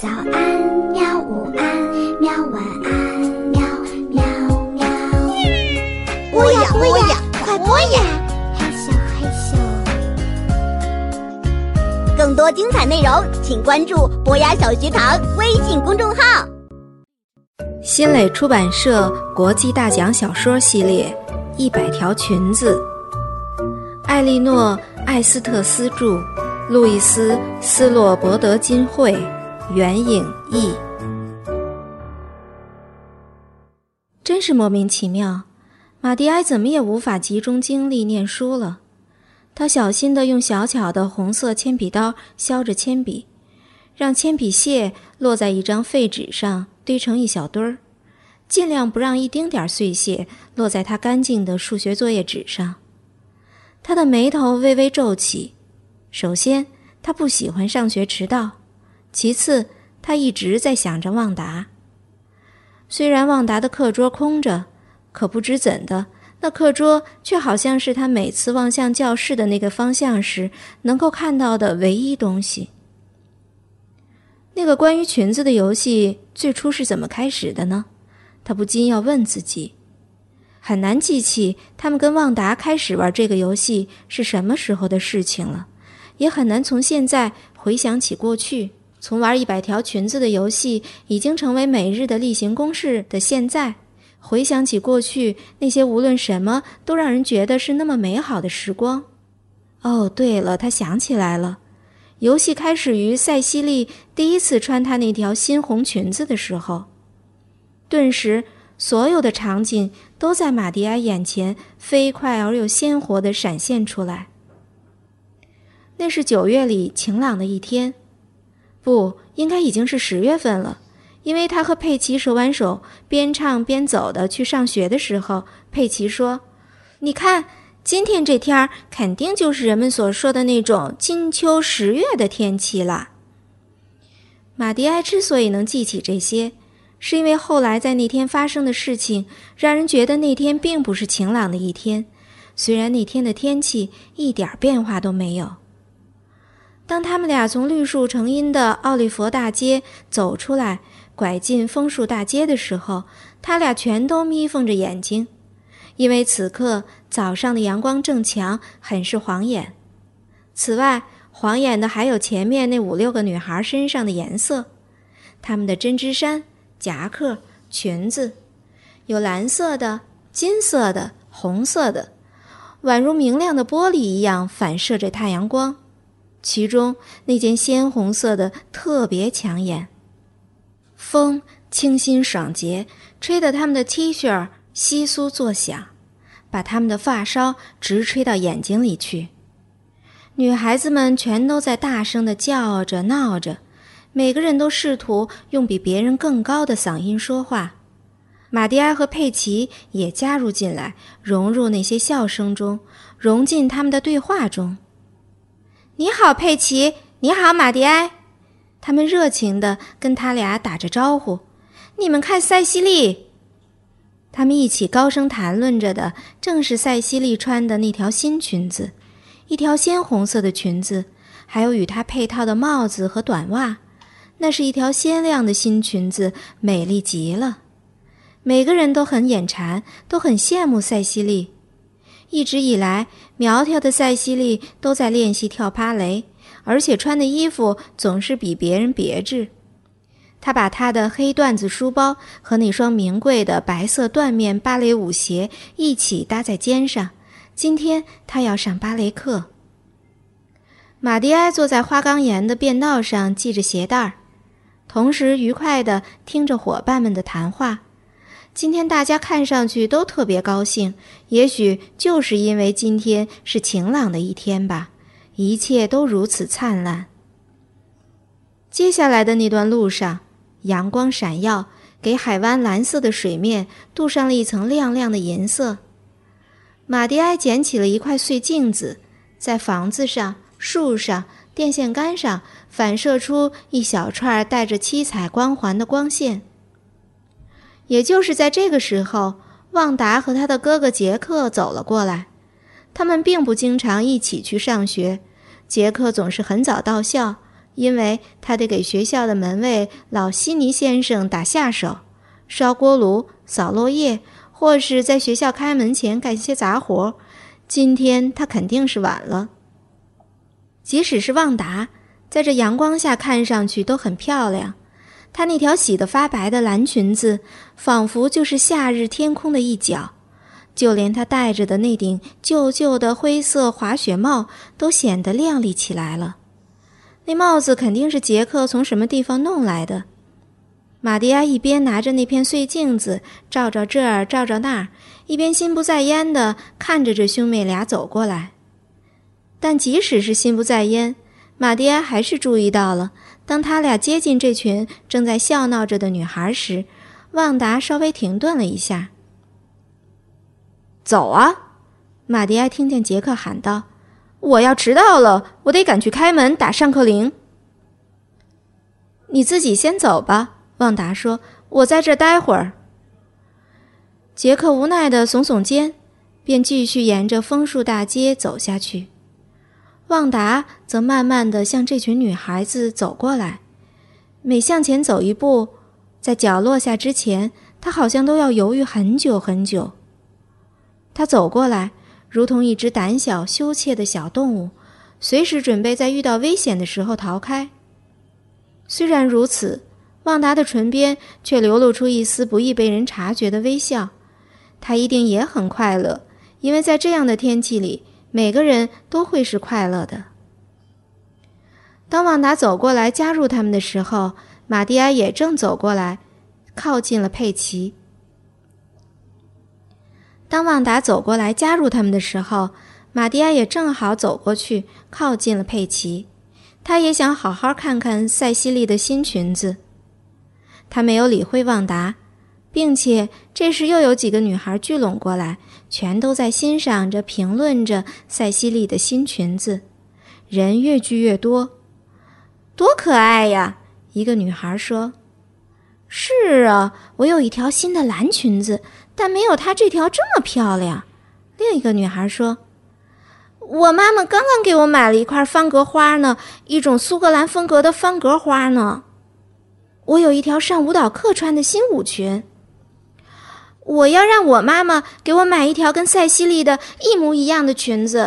早安喵，午安喵，晚安喵喵喵。 播呀播呀，快播呀！ 嘿咻嘿咻。 更多精彩内容，请关注博雅小学堂微信公众号。 新蕾出版社国际大奖小说系列《100条裙子》，艾莉诺·艾斯特斯著，路易斯·斯洛伯德金绘，袁颖译。真是莫名其妙，马蒂埃怎么也无法集中精力念书了。他小心地用小巧的红色铅笔刀削着铅笔，让铅笔屑落在一张废纸上堆成一小堆儿，尽量不让一丁点碎屑落在他干净的数学作业纸上。他的眉头微微皱起，首先他不喜欢上学迟到，其次他一直在想着旺达。虽然旺达的课桌空着，可不知怎的，那课桌却好像是他每次望向教室的那个方向时能够看到的唯一东西。那个关于裙子的游戏最初是怎么开始的呢？他不禁要问自己。很难记起他们跟旺达开始玩这个游戏是什么时候的事情了，也很难从现在回想起过去。从玩100条裙子的游戏已经成为每日的例行公事的现在，回想起过去那些无论什么都让人觉得是那么美好的时光。哦，对了，他想起来了，游戏开始于塞西莉第一次穿她那条新红裙子的时候。顿时所有的场景都在马蒂埃眼前飞快而又鲜活地闪现出来。那是9月里晴朗的一天，不，应该已经是10月份了，因为他和佩奇手挽手边唱边走的去上学的时候，佩奇说：“你看，今天这天肯定就是人们所说的那种金秋10月的天气了。”马蒂埃之所以能记起这些，是因为后来在那天发生的事情让人觉得那天并不是晴朗的一天，虽然那天的天气一点变化都没有。当他们俩从绿树成荫的奥利佛大街走出来，拐进枫树大街的时候，他俩全都眯缝着眼睛，因为此刻早上的阳光正强，很是晃眼。此外，晃眼的还有前面那5、6个女孩身上的颜色，她们的针织衫、夹克、裙子，有蓝色的、金色的、红色的，宛如明亮的玻璃一样反射着太阳光。其中那件鲜红色的特别抢眼，风清新爽洁，吹得他们的 T 恤窸窣作响，把他们的发梢直吹到眼睛里去。女孩子们全都在大声地叫着闹着，每个人都试图用比别人更高的嗓音说话。马蒂埃和佩奇也加入进来，融入那些笑声中，融进他们的对话中。你好，佩奇，你好，马蒂埃。他们热情地跟他俩打着招呼。你们看塞西莉。他们一起高声谈论着的正是塞西莉穿的那条新裙子，一条鲜红色的裙子，还有与她配套的帽子和短袜。那是一条鲜亮的新裙子，美丽极了。每个人都很眼馋，都很羡慕塞西莉。一直以来，苗条的塞西莉都在练习跳芭蕾，而且穿的衣服总是比别人别致。她把她的黑缎子书包和那双名贵的白色缎面芭蕾舞鞋一起搭在肩上。今天她要上芭蕾课。马蒂埃坐在花岗岩的便道上系着鞋带，同时愉快地听着伙伴们的谈话。今天大家看上去都特别高兴，也许就是因为今天是晴朗的一天吧，一切都如此灿烂。接下来的那段路上，阳光闪耀，给海湾蓝色的水面镀上了一层亮亮的银色。马蒂埃捡起了一块碎镜子，在房子上、树上、电线杆上反射出一小串带着七彩光环的光线。也就是在这个时候，旺达和他的哥哥杰克走了过来。他们并不经常一起去上学，杰克总是很早到校， 因为他得给学校的门卫老悉尼先生打下手，烧锅炉、扫落叶，或是在学校开门前干些杂活。今天他肯定是晚了。即使是旺达，在这阳光下看上去都很漂亮。她那条洗得发白的蓝裙子，仿佛就是夏日天空的一角，就连她戴着的那顶旧旧的灰色滑雪帽都显得亮丽起来了。那帽子肯定是杰克从什么地方弄来的。玛蒂亚一边拿着那片碎镜子照照这儿照照那儿，一边心不在焉地看着这兄妹俩走过来。但即使是心不在焉，玛蒂亚还是注意到了，当他俩接近这群正在笑闹着的女孩时，旺达稍微停顿了一下。走啊！玛蒂亚听见杰克喊道，我要迟到了，我得赶去开门打上课铃。你自己先走吧，旺达说，我在这待会儿。杰克无奈地耸耸肩，便继续沿着枫树大街走下去。旺达则慢慢地向这群女孩子走过来，每向前走一步，在脚落下之前，她好像都要犹豫很久很久。她走过来，如同一只胆小羞怯的小动物，随时准备在遇到危险的时候逃开。虽然如此，旺达的唇边却流露出一丝不易被人察觉的微笑。她一定也很快乐，因为在这样的天气里，每个人都会是快乐的。当旺达走过来加入他们的时候，玛蒂亚也正走过来，靠近了佩奇。当旺达走过来加入他们的时候，玛蒂亚也正好走过去，靠近了佩奇。她也想好好看看塞西莉的新裙子。她没有理会旺达，并且这时又有几个女孩聚拢过来，全都在欣赏着、评论着塞西莉的新裙子。人越聚越多。多可爱呀！一个女孩说。是啊，我有一条新的蓝裙子，但没有她这条这么漂亮。另一个女孩说。我妈妈刚刚给我买了一块方格花呢，一种苏格兰风格的方格花呢。我有一条上舞蹈课穿的新舞裙。我要让我妈妈给我买一条跟塞西莉的一模一样的裙子。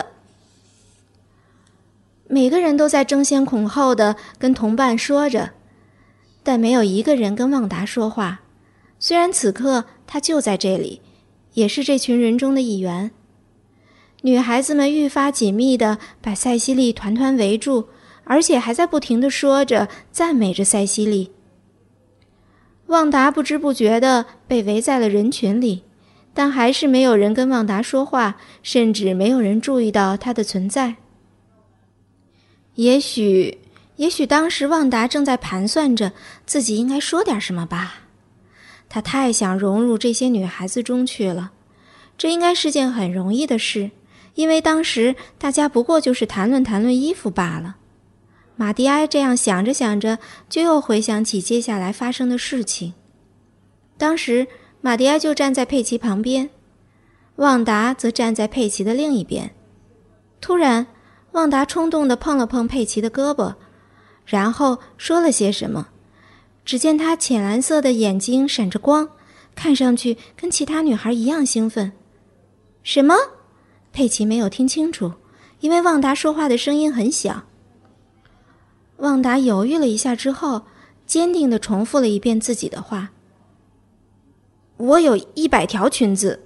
每个人都在争先恐后地跟同伴说着，但没有一个人跟旺达说话。虽然此刻他就在这里，也是这群人中的一员。女孩子们愈发紧密地把塞西莉团团围住，而且还在不停地说着、赞美着塞西莉。旺达不知不觉地被围在了人群里，但还是没有人跟旺达说话，甚至没有人注意到她的存在。也许当时旺达正在盘算着自己应该说点什么吧。她太想融入这些女孩子中去了，这应该是件很容易的事，因为当时大家不过就是谈论衣服罢了。玛蒂埃这样想着想着，就又回想起接下来发生的事情。当时玛蒂埃就站在佩奇旁边，旺达则站在佩奇的另一边。突然，旺达冲动地碰了碰佩奇的胳膊，然后说了些什么。只见她浅蓝色的眼睛闪着光，看上去跟其他女孩一样兴奋。什么？佩奇没有听清楚，因为旺达说话的声音很小。旺达犹豫了一下之后，坚定地重复了一遍自己的话。我有100条裙子。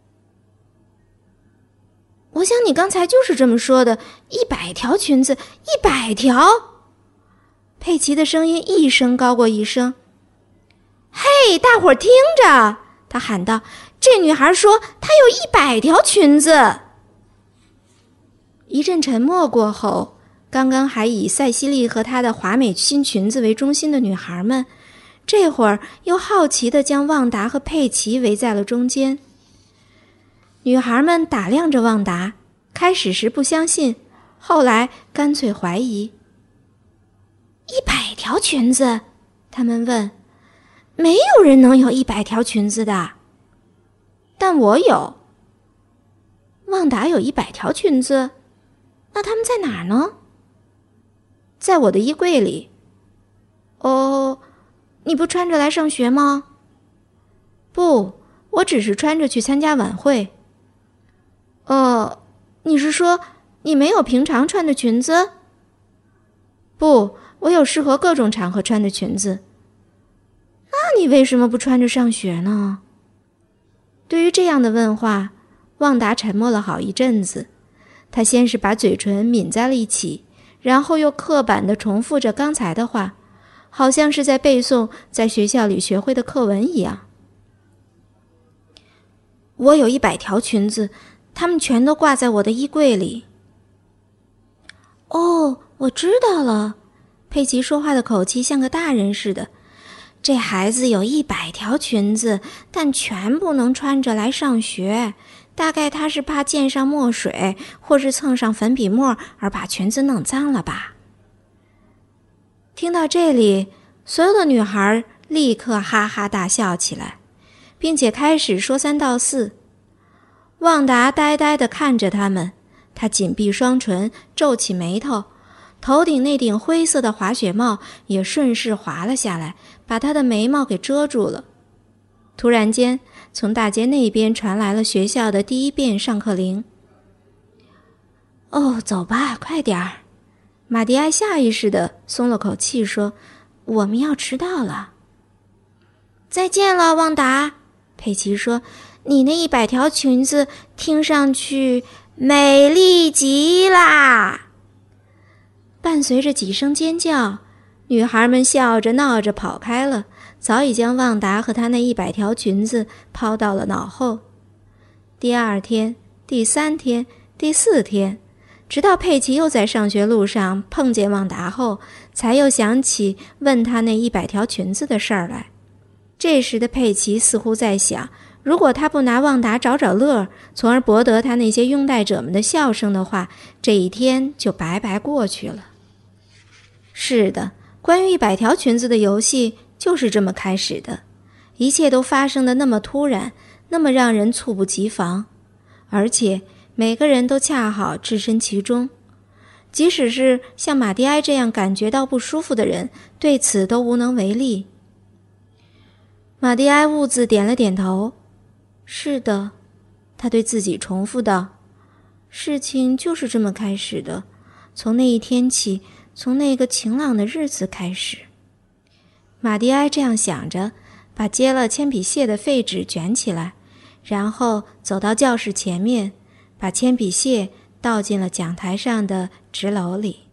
我想你刚才就是这么说的，100条裙子，100条。佩奇的声音一声高过一声。嘿，大伙儿听着，他喊道，这女孩说她有100条裙子。一阵沉默过后，刚刚还以塞西莉和她的华美新裙子为中心的女孩们，这会儿又好奇地将旺达和佩奇围在了中间。女孩们打量着旺达，开始时不相信，后来干脆怀疑。100条裙子？她们问。没有人能有100条裙子的。但我有。旺达有100条裙子？那她们在哪儿呢？ 在我的衣柜里。哦，你不穿着来上学吗？不，我只是穿着去参加晚会。你是说你没有平常穿的裙子？不，我有适合各种场合穿的裙子。那你为什么不穿着上学呢？对于这样的问话，旺达沉默了好一阵子。他先是把嘴唇抿在了一起，然后又刻板地重复着刚才的话，好像是在背诵在学校里学会的课文一样。我有100条裙子，它们全都挂在我的衣柜里。哦，我知道了。佩奇说话的口气像个大人似的。这孩子有100条裙子，但全不能穿着来上学。大概他是怕溅上墨水，或是蹭上粉笔墨而把裙子弄脏了吧。听到这里，所有的女孩立刻哈哈大笑起来，并且开始说三道四。旺达呆呆地看着他们，他紧闭双唇，皱起眉头，头顶那顶灰色的滑雪帽也顺势滑了下来，把他的眉毛给遮住了。突然间，从大街那边传来了学校的第1遍上课铃。哦，走吧，快点儿。马蒂埃下意识地松了口气说，我们要迟到了。再见了，旺达。佩奇说，你那100条裙子听上去美丽极啦。伴随着几声尖叫，女孩们笑着闹着跑开了，早已将旺达和她那100条裙子抛到了脑后。第2天、第3天、第4天，直到佩奇又在上学路上碰见旺达后，才又想起问她那100条裙子的事儿来。这时的佩奇似乎在想，如果他不拿旺达找乐，从而博得他那些拥戴者们的笑声的话，这一天就白白过去了。是的，关于100条裙子的游戏就是这么开始的，一切都发生得那么突然，那么让人猝不及防，而且每个人都恰好置身其中。即使是像马蒂埃这样感觉到不舒服的人，对此都无能为力。马蒂埃兀自点了点头。是的，他对自己重复道，事情就是这么开始的，从那一天起，从那个晴朗的日子开始。马蒂埃这样想着，把接了铅笔屑的废纸卷起来，然后走到教室前面，把铅笔屑倒进了讲台上的纸篓里。